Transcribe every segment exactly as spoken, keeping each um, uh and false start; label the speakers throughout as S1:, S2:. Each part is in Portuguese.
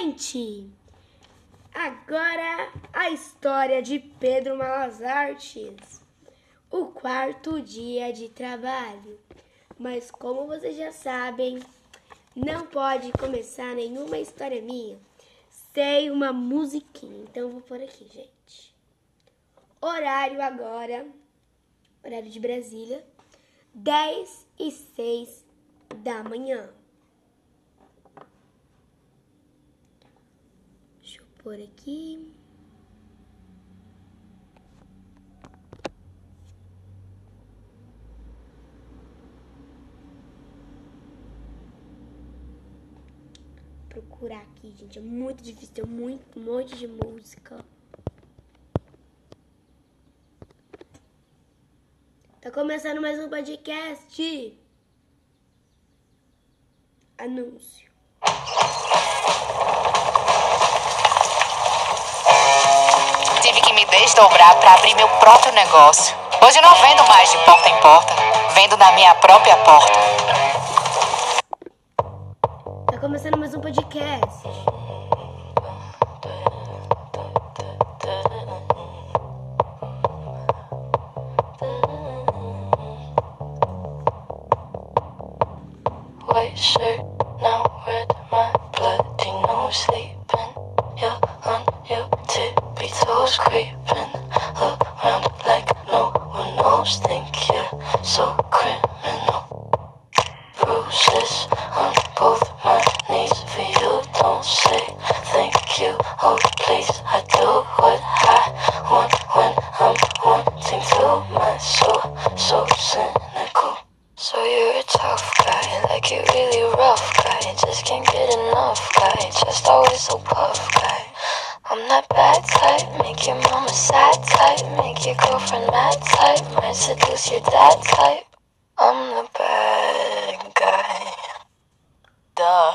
S1: gente! Agora a história de Pedro Malas Artes, o quarto dia de trabalho. Mas como vocês já sabem, não pode começar nenhuma história minha sem uma musiquinha. Então eu vou por aqui, gente. Horário agora, horário de Brasília, dez e seis da manhã. Deixa eu pôr aqui. Procurar aqui, gente, é muito difícil, tem muito, um monte de música. Tá começando mais um podcast. Anúncio.
S2: Tive que me desdobrar para abrir meu próprio negócio. Hoje eu não vendo mais de porta em porta, vendo na minha própria porta.
S1: Tá começando mais um podcast.
S3: White shirt, now red, my bloody nose sleeping. You're on your tippy toes creeping around like no one knows. Think you're so criminal. Bruises on both my knees for you. Don't say thank you. Oh please, I do what I want when I'm wanting to. My soul so cynical. So you're a tough guy, like you're really rough guy. Just can't get enough guy, just always so puff guy. I'm that bad type, make your mama sad type, make your girlfriend mad type, might seduce your dad type. I'm the bad guy. Duh.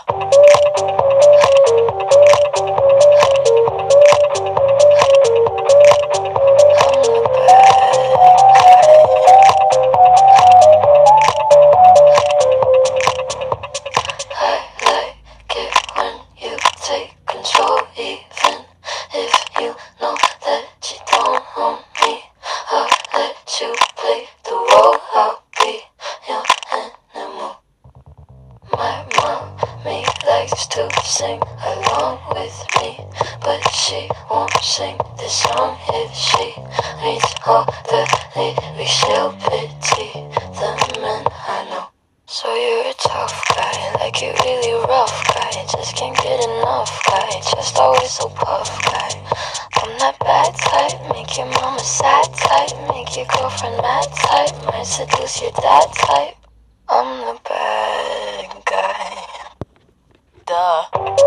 S3: To sing along with me, but she won't sing this song if she reads all the lyrics. She'll pity the men I know. So you're a tough guy, like you're really rough guy. Just can't get enough guy, just always so puff guy. I'm that bad type, make your mama sad type, make your girlfriend mad type, might seduce your dad type. I'm the bad guy. Duh.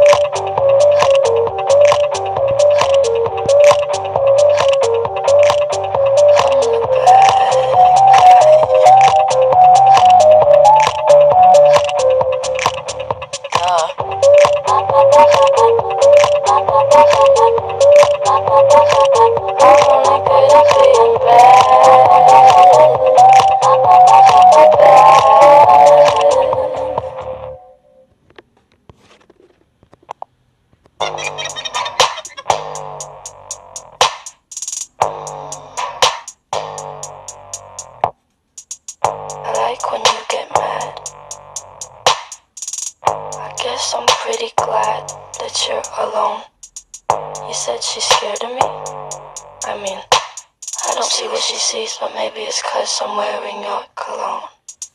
S3: When you get mad, I guess I'm pretty glad that you're alone. You said she's scared of me. I mean, I don't see what she sees, but maybe it's 'cause I'm wearing your cologne.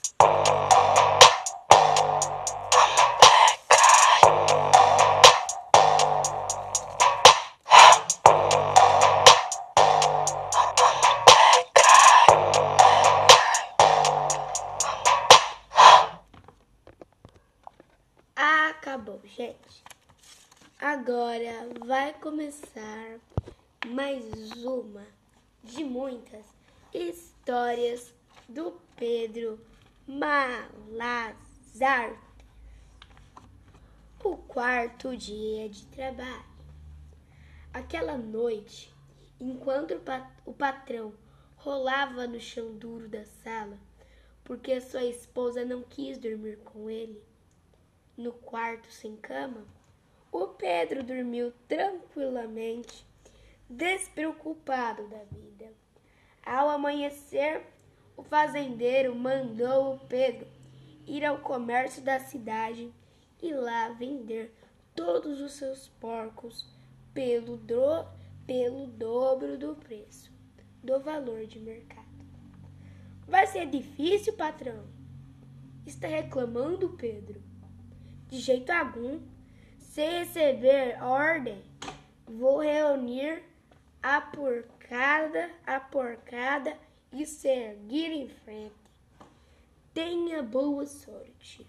S3: I'm a bad guy.
S1: Acabou, gente. Agora vai começar mais uma de muitas histórias do Pedro Malas Artes. O quarto dia de trabalho. Aquela noite, enquanto o, pat- o patrão rolava no chão duro da sala, porque sua esposa não quis dormir com ele, no quarto sem cama, O Pedro dormiu tranquilamente, despreocupado da vida. Ao amanhecer, o fazendeiro mandou o Pedro ir ao comércio da cidade e lá vender todos os seus porcos pelo, do, pelo dobro do preço, do valor de mercado. Vai ser difícil, patrão? Está reclamando, Pedro? De jeito algum. Se receber ordem, vou reunir a porcada, a porcada e seguir em frente. Tenha boa sorte.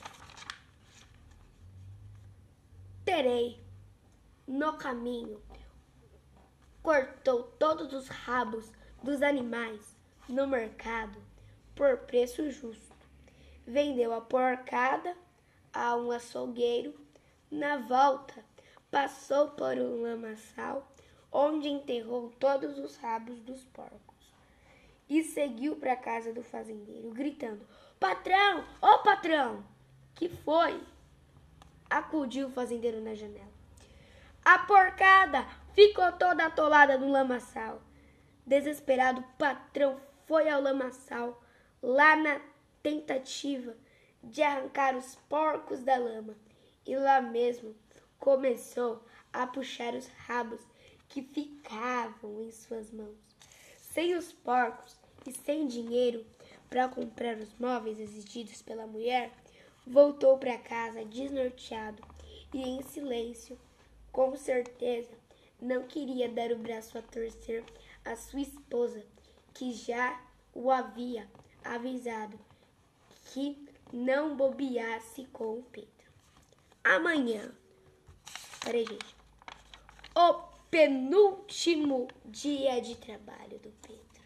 S1: Terei. No caminho, cortou todos os rabos dos animais no mercado por preço justo. Vendeu a porcada a um açougueiro. Na volta, passou por um lamaçal, onde enterrou todos os rabos dos porcos. E seguiu para a casa do fazendeiro, gritando: Patrão! Ô patrão! Que foi? Acudiu o fazendeiro na janela. A porcada ficou toda atolada no lamaçal. Desesperado, o patrão foi ao lamaçal, lá na tentativa de arrancar os porcos da lama. E lá mesmo começou a puxar os rabos que ficavam em suas mãos. Sem os porcos e sem dinheiro para comprar os móveis exigidos pela mulher, voltou para casa desnorteado e em silêncio. Com certeza não queria dar o braço a torcer à sua esposa, que já o havia avisado que não bobeasse com o Pedro. Amanhã, peraí, gente, o penúltimo dia de trabalho do Pedro.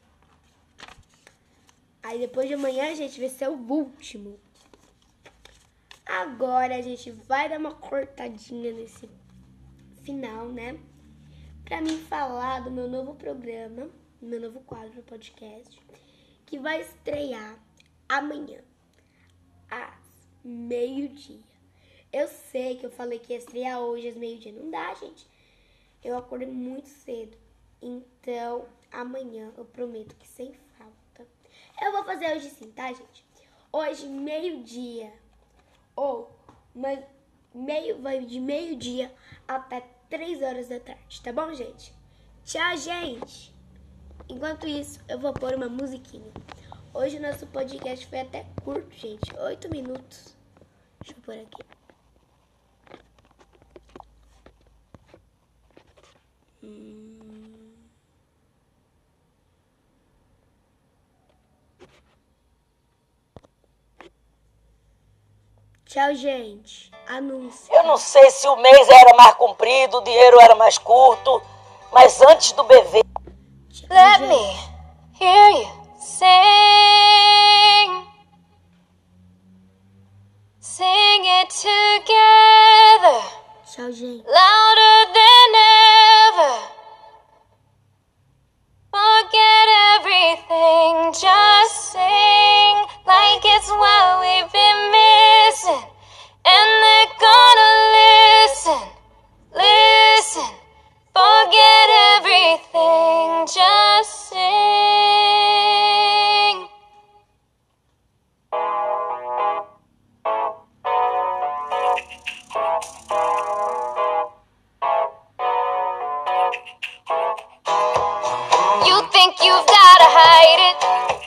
S1: Aí depois de amanhã, gente, vai ser o último. Agora a gente vai dar uma cortadinha nesse final, né? Pra mim falar do meu novo programa, meu novo quadro podcast, que vai estrear amanhã, às meio-dia. Eu sei que eu falei que ia estrear hoje às meio-dia. Não dá, gente. Eu acordei muito cedo. Então, amanhã eu prometo que sem falta. Eu vou fazer hoje sim, tá, gente? Hoje, meio-dia. Ou, mas meio, vai de meio-dia até três horas da tarde, tá bom, gente? Tchau, gente! Enquanto isso, eu vou pôr uma musiquinha. Hoje o nosso podcast foi até curto, gente. Oito minutos. Deixa eu pôr aqui. Hum... Tchau, gente. Anúncio.
S4: Eu não sei se o mês era mais comprido, o dinheiro era mais curto, mas antes do B V...
S1: Tchau,
S3: Let
S1: gente.
S3: me hear you sing. Sing it together,
S1: Tchau, gente.
S3: louder than ever. Forget everything, just sing like it's what we've been missing. And they're gonna listen, listen. Forget everything, just sing. You think you've gotta hide it.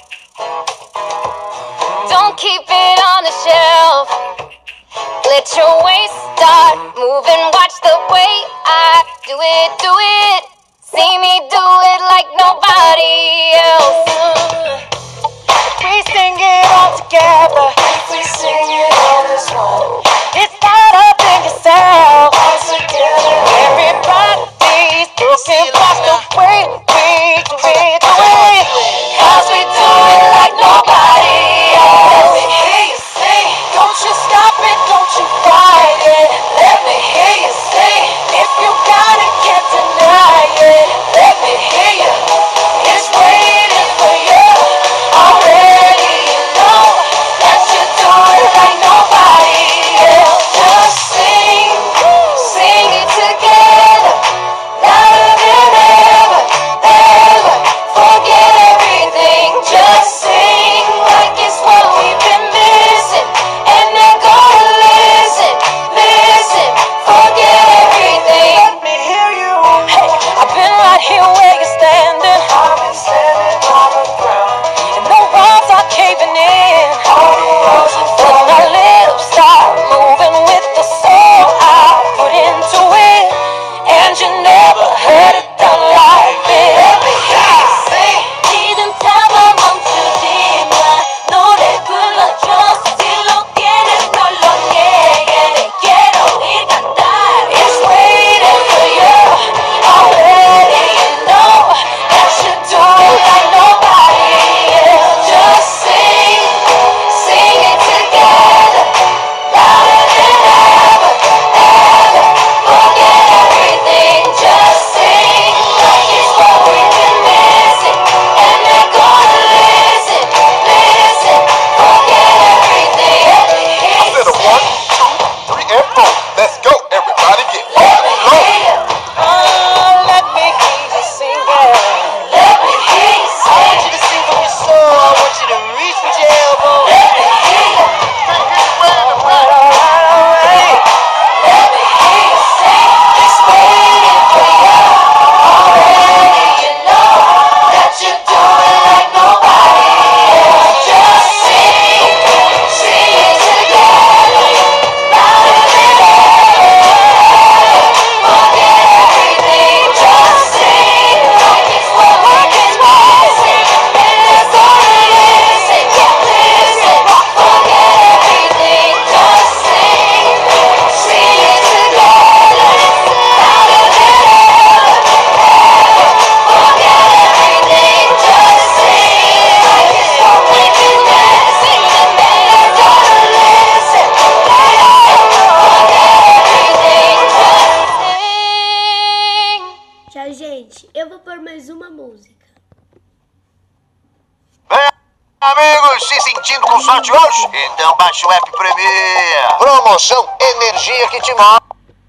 S3: Don't keep it on the shelf. Let your waist start moving. Watch the way I do it, do it. See me do it like nobody else.
S4: We sing it all together.
S3: We sing it all as one.
S4: It's not up in yourself.
S3: All together.
S4: Everybody's looking past the way we do it, do it.
S3: Cause we do it like nobody else. Let me hear you sing.
S4: Don't you stop it, don't you fight it.
S3: Let me hear you sing.
S4: If you got it, can't deny it.
S3: Let me hear you. It's waiting for you. Already you know that you do it like nobody else.
S5: and four. Let's go, everybody get go.
S4: Oh, let me hear you sing it. Let me hear you sing. I want you to sing from your soul. I want you to reach with your elbow. Let me hear you. All right, all right, all right. Let me hear you sing. It's waiting for you. Already you know that you're doing like nobody else. Just sing, sing it together. Louder than ever. Forget everything. Just sing like it's what work is missing. There's gonna listen, yeah, listen. Forget everything. Just sing, sing it together. Louder than ever. Forget everything. Just sing like it's what work is missing. There's gonna listen. Forget everything. Just sing.
S1: Tchau, gente. Eu vou pôr mais uma música.
S5: Bem, amigos, se sentindo com sorte hoje? Então baixe o app Premier. Promoção Energia que te move.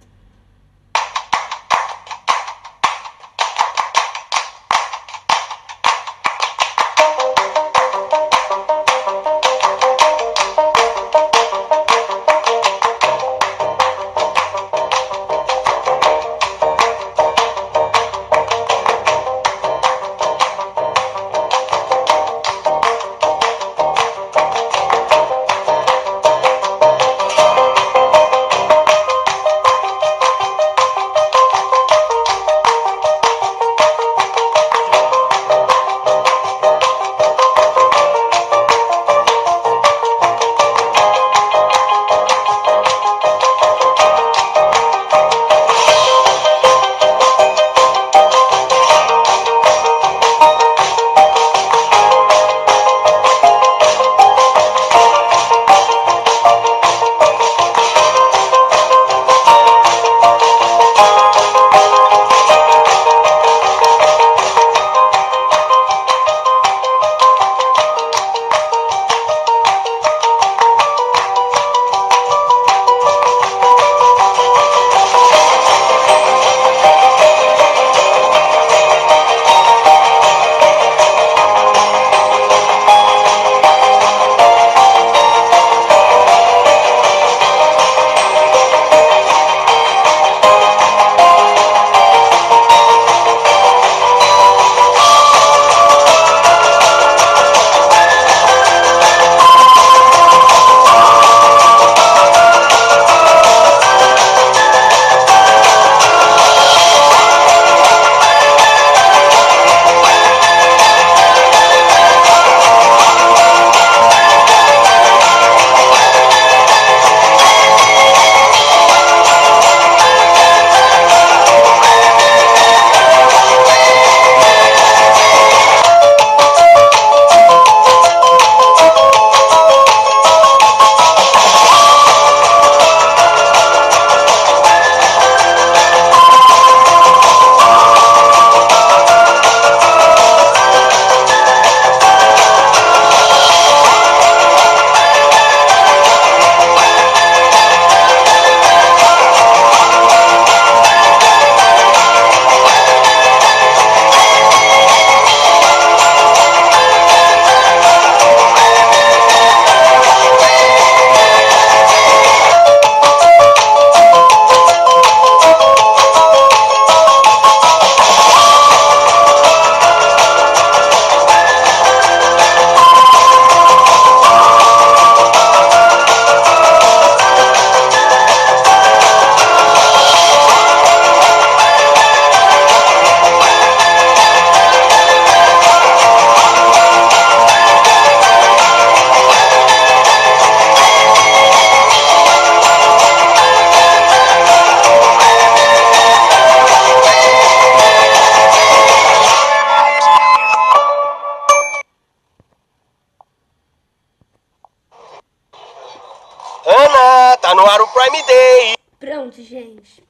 S6: Ana, tá no ar o Prime Day.
S1: Pronto, gente.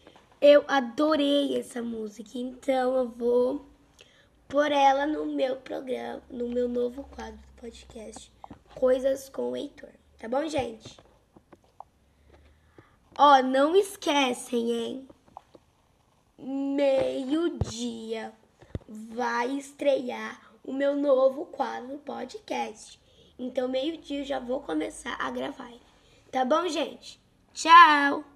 S1: Eu adorei essa música, então eu vou pôr ela no meu programa, no meu novo quadro do podcast, Coisas com o Heitor. Tá bom, gente? Ó, não esquecem, hein? Meio-dia vai estrear o meu novo quadro podcast. Então, meio-dia eu já vou começar a gravar. Tá bom, gente? Tchau!